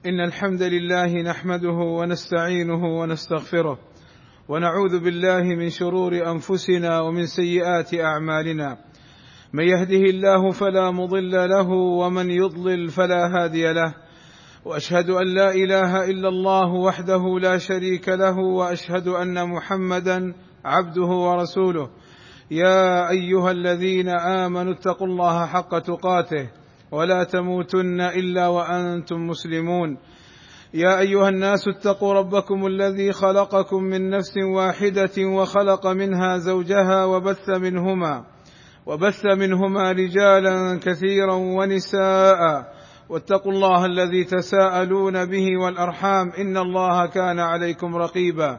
إن الحمد لله نحمده ونستعينه ونستغفره، ونعوذ بالله من شرور أنفسنا ومن سيئات أعمالنا. من يهده الله فلا مضل له، ومن يضلل فلا هادي له. وأشهد أن لا إله إلا الله وحده لا شريك له، وأشهد أن محمدا عبده ورسوله. يا أيها الذين آمنوا اتقوا الله حق تقاته ولا تموتن إلا وأنتم مسلمون. يا أيها الناس اتقوا ربكم الذي خلقكم من نفس واحدة وخلق منها زوجها وبث منهما رجالا كثيرا ونساء، واتقوا الله الذي تساءلون به والأرحام، إن الله كان عليكم رقيبا.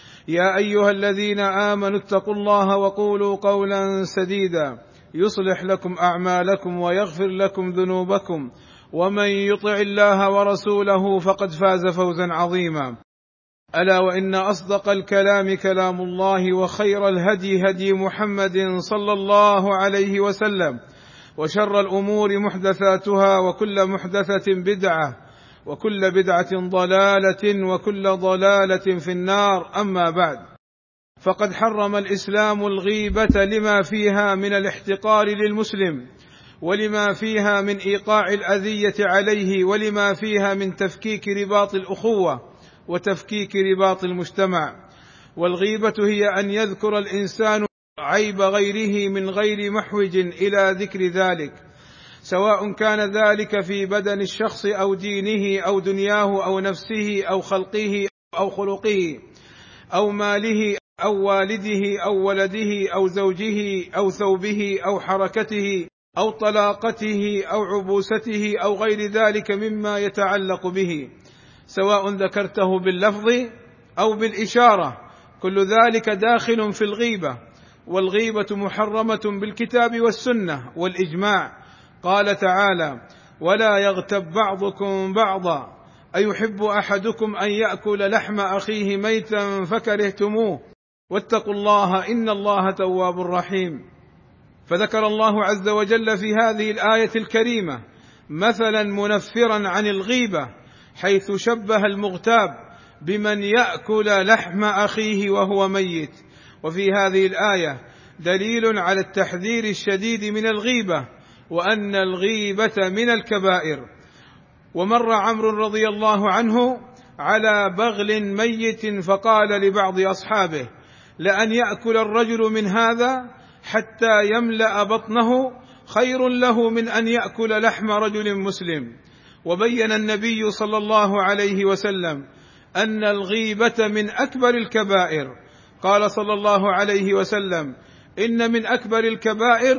يا أيها الذين آمنوا اتقوا الله وقولوا قولا سديدا يصلح لكم أعمالكم ويغفر لكم ذنوبكم، ومن يطع الله ورسوله فقد فاز فوزا عظيما. ألا وإن أصدق الكلام كلام الله، وخير الهدي هدي محمد صلى الله عليه وسلم، وشر الأمور محدثاتها، وكل محدثة بدعة، وكل بدعة ضلالة، وكل ضلالة في النار. أما بعد، فقد حرم الإسلام الغيبة لما فيها من الاحتقار للمسلم، ولما فيها من إيقاع الأذية عليه، ولما فيها من تفكيك رباط الأخوة وتفكيك رباط المجتمع. والغيبة هي أن يذكر الإنسان عيب غيره من غير محوج إلى ذكر ذلك، سواء كان ذلك في بدن الشخص أو دينه أو دنياه أو نفسه أو خلقه أو خلقه أو ماله أو والده أو ولده أو زوجه أو ثوبه أو حركته أو طلاقته أو عبوسته أو غير ذلك مما يتعلق به، سواء ذكرته باللفظ أو بالإشارة، كل ذلك داخل في الغيبة. والغيبة محرمة بالكتاب والسنة والإجماع. قال تعالى: ولا يغتب بعضكم بعضا أيحب أحدكم أن يأكل لحم أخيه ميتا فكرهتموه واتقوا الله إن الله تواب رحيم. فذكر الله عز وجل في هذه الآية الكريمة مثلا منفرا عن الغيبة، حيث شبه المغتاب بمن يأكل لحم أخيه وهو ميت. وفي هذه الآية دليل على التحذير الشديد من الغيبة، وأن الغيبة من الكبائر. ومر عمرو رضي الله عنه على بغل ميت فقال لبعض أصحابه: لأن يأكل الرجل من هذا حتى يملأ بطنه خير له من أن يأكل لحم رجل مسلم. وبين النبي صلى الله عليه وسلم أن الغيبة من أكبر الكبائر. قال صلى الله عليه وسلم: إن من أكبر الكبائر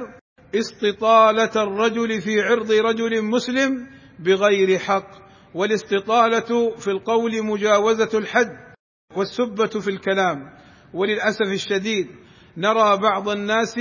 استطالة الرجل في عرض رجل مسلم بغير حق. والاستطالة في القول مجاوزة الحد، والسبة في الكلام. وللأسف الشديد نرى بعض الناس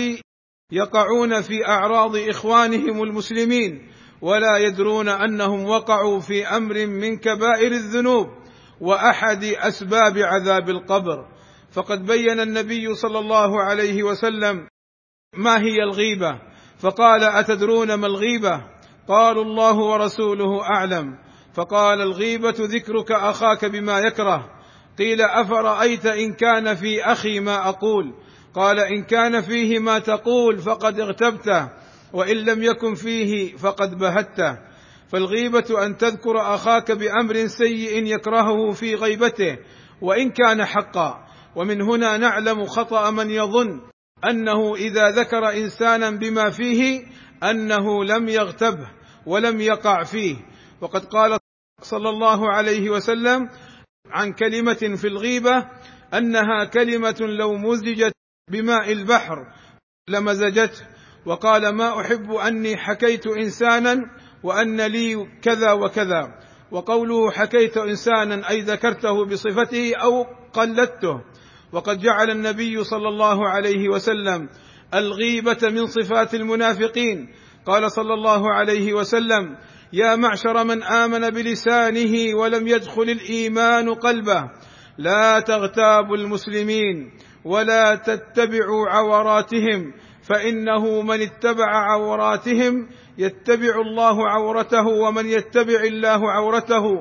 يقعون في أعراض إخوانهم المسلمين ولا يدرون أنهم وقعوا في أمر من كبائر الذنوب وأحد أسباب عذاب القبر. فقد بين النبي صلى الله عليه وسلم ما هي الغيبة، فقال: أتدرون ما الغيبة؟ قالوا: الله ورسوله أعلم. فقال: الغيبة ذكرك أخاك بما يكره. قيل: أفرأيت إن كان في أخي ما أقول؟ قال: إن كان فيه ما تقول فقد اغتبته، وإن لم يكن فيه فقد بهته. فالغيبة أن تذكر أخاك بأمر سيء يكرهه في غيبته وإن كان حقا. ومن هنا نعلم خطأ من يظن أنه إذا ذكر إنسانا بما فيه أنه لم يغتبه ولم يقع فيه. وقد قال صلى الله عليه وسلم عن كلمة في الغيبة أنها كلمة لو مزجت بماء البحر لمزجته. وقال: ما أحب أني حكيت إنسانا وأن لي كذا وكذا. وقوله حكيت إنسانا أي ذكرته بصفته أو قلدته. وقد جعل النبي صلى الله عليه وسلم الغيبة من صفات المنافقين. قال صلى الله عليه وسلم: يا معشر من آمن بلسانه ولم يدخل الإيمان قلبه، لا تغتابوا المسلمين ولا تتبعوا عوراتهم، فإنه من اتبع عوراتهم يتبع الله عورته، ومن يتبع الله عورته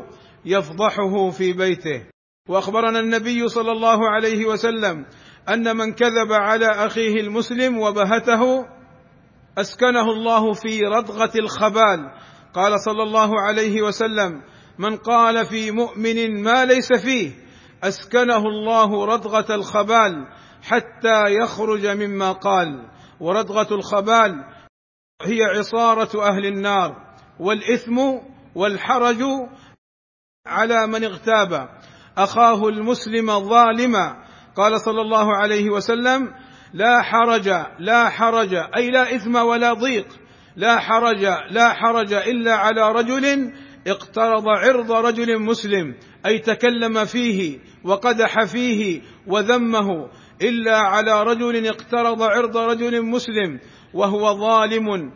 يفضحه في بيته. واخبرنا النبي صلى الله عليه وسلم ان من كذب على اخيه المسلم وبهته اسكنه الله في ردغه الخبال. قال صلى الله عليه وسلم: من قال في مؤمن ما ليس فيه اسكنه الله ردغه الخبال حتى يخرج مما قال. وردغه الخبال هي عصاره اهل النار والاثم والحرج على من اغتاب اخاه المسلم ظالما. قال صلى الله عليه وسلم: لا حرج أي لا إثم ولا ضيق، لا حرج إلا على رجل اقترض عرض رجل مسلم، أي تكلم فيه وقدح فيه وذمه، إلا على رجل اقترض عرض رجل مسلم وهو ظالم،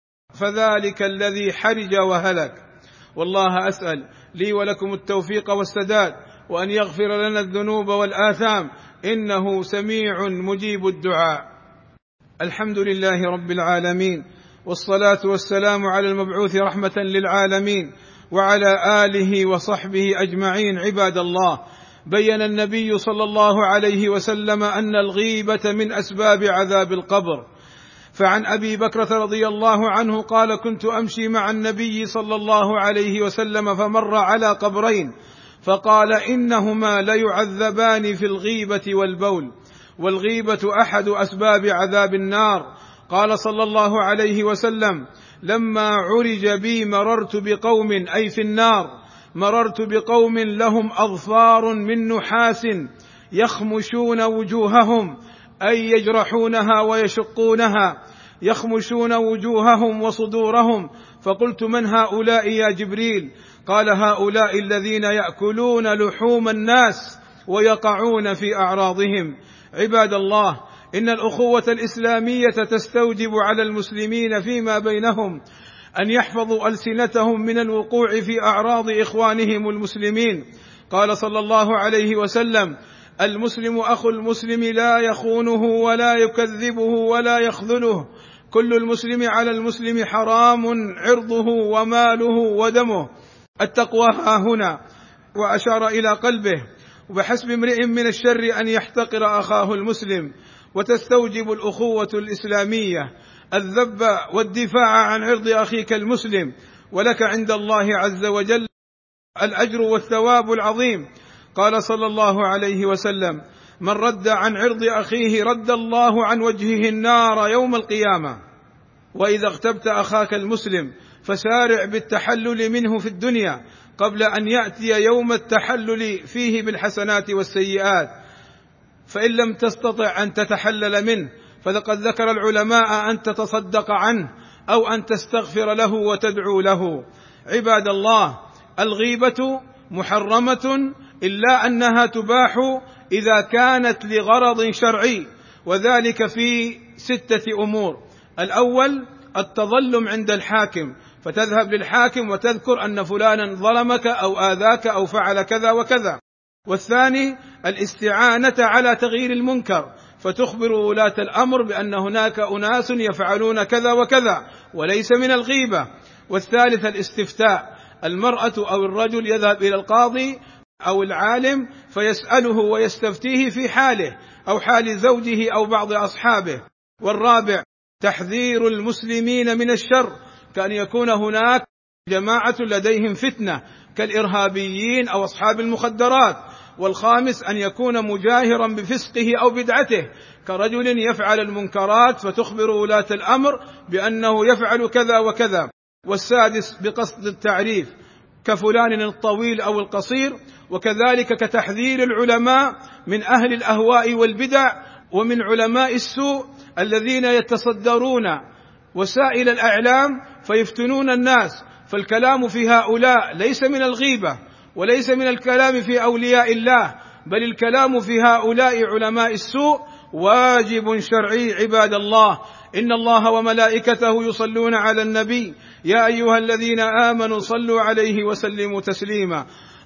فذلك الذي حرج وهلك. والله أسأل لي ولكم التوفيق والسداد، وأن يغفر لنا الذنوب والآثام، إنه سميع مجيب الدعاء. الحمد لله رب العالمين، والصلاة والسلام على المبعوث رحمة للعالمين وعلى آله وصحبه أجمعين. عباد الله، بين النبي صلى الله عليه وسلم أن الغيبة من أسباب عذاب القبر. فعن أبي بكرة رضي الله عنه قال: كنت أمشي مع النبي صلى الله عليه وسلم فمر على قبرين فقال: إنهما ليعذبان في الغيبة والبول، والغيبة أحد أسباب عذاب النار. قال صلى الله عليه وسلم: لما عرج بي مررت بقوم، أي في النار، مررت بقوم لهم أظفار من نحاس يخمشون وجوههم، أي يجرحونها ويشقونها، يخمشون وجوههم وصدورهم. فقلت: من هؤلاء يا جبريل؟ قال: هؤلاء الذين يأكلون لحوم الناس ويقعون في أعراضهم. عباد الله، إن الأخوة الإسلامية تستوجب على المسلمين فيما بينهم أن يحفظوا ألسنتهم من الوقوع في أعراض إخوانهم المسلمين. قال صلى الله عليه وسلم: المسلم أخو المسلم لا يخونه ولا يكذبه ولا يخذله، كل المسلم على المسلم حرام عرضه وماله ودمه. التقوى ها هنا، وأشار إلى قلبه: وبحسب امرئ من الشر أن يحتقر أخاه المسلم. وتستوجب الأخوة الإسلامية الذب والدفاع عن عرض أخيك المسلم، ولك عند الله عز وجل الأجر والثواب العظيم. قال صلى الله عليه وسلم: من رد عن عرض أخيه رد الله عن وجهه النار يوم القيامة. وإذا اغتبت أخاك المسلم فسارع بالتحلل منه في الدنيا قبل أن يأتي يوم التحلل فيه بالحسنات والسيئات، فإن لم تستطع أن تتحلل منه فلقد ذكر العلماء أن تتصدق عنه أو أن تستغفر له وتدعو له. عباد الله، الغيبة محرمة إلا أنها تباح إذا كانت لغرض شرعي، وذلك في 6 أمور. الأول: التظلم عند الحاكم، فتذهب للحاكم وتذكر أن فلانا ظلمك أو آذاك أو فعل كذا وكذا. والثاني: الاستعانة على تغيير المنكر، فتخبر ولاة الأمر بأن هناك أناس يفعلون كذا وكذا، وليس من الغيبة. والثالث: الاستفتاء، المرأة أو الرجل يذهب إلى القاضي أو العالم فيسأله ويستفتيه في حاله أو حال زوجه أو بعض أصحابه. والرابع: تحذير المسلمين من الشر، كأن يكون هناك جماعة لديهم فتنة كالإرهابيين أو أصحاب المخدرات. والخامس: أن يكون مجاهرا بفسقه أو بدعته، كرجل يفعل المنكرات فتخبر ولاة الأمر بأنه يفعل كذا وكذا. والسادس: بقصد التعريف، كفلان الطويل أو القصير. وكذلك كتحذير العلماء من أهل الأهواء والبدع ومن علماء السوء الذين يتصدرون وسائل الأعلام فيفتنون الناس. فالكلام في هؤلاء ليس من الغيبة وليس من الكلام في أولياء الله، بل الكلام في هؤلاء علماء السوء واجب شرعي. عباد الله، إن الله وملائكته يصلون على النبي، يا أيها الذين آمنوا صلوا عليه وسلموا تسليما.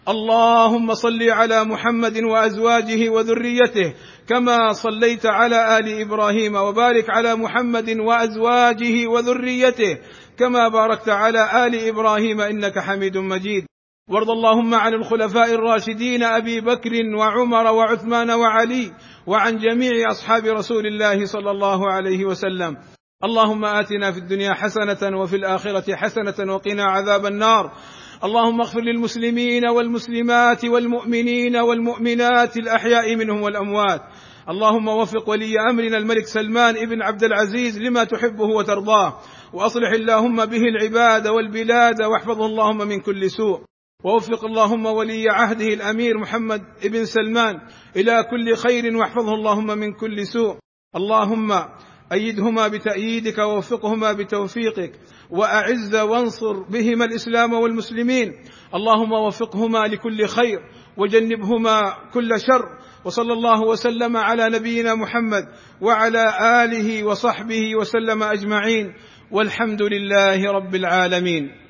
اللهم صل على محمد وأزواجه وذريته كما صليت على آل إبراهيم، وبارك على محمد وأزواجه وذريته كما باركت على آل إبراهيم إنك حميد مجيد. وارض اللهم عن الخلفاء الراشدين أبي بكر وعمر وعثمان وعلي، وعن جميع أصحاب رسول الله صلى الله عليه وسلم. اللهم آتنا في الدنيا حسنة وفي الآخرة حسنة وقنا عذاب النار. اللهم اغفر للمسلمين والمسلمات والمؤمنين والمؤمنات الأحياء منهم والأموات. اللهم وفق ولي أمرنا الملك سلمان بن عبد العزيز لما تحبه وترضاه، وأصلح اللهم به العباد والبلاد، واحفظه اللهم من كل سوء. ووفق اللهم ولي عهده الأمير محمد بن سلمان إلى كل خير، واحفظه اللهم من كل سوء. اللهم أيدهما بتأييدك ووفقهما بتوفيقك، وأعز وانصر بهما الإسلام والمسلمين. اللهم وفقهما لكل خير وجنبهما كل شر. وصلى الله وسلم على نبينا محمد وعلى آله وصحبه وسلم أجمعين، والحمد لله رب العالمين.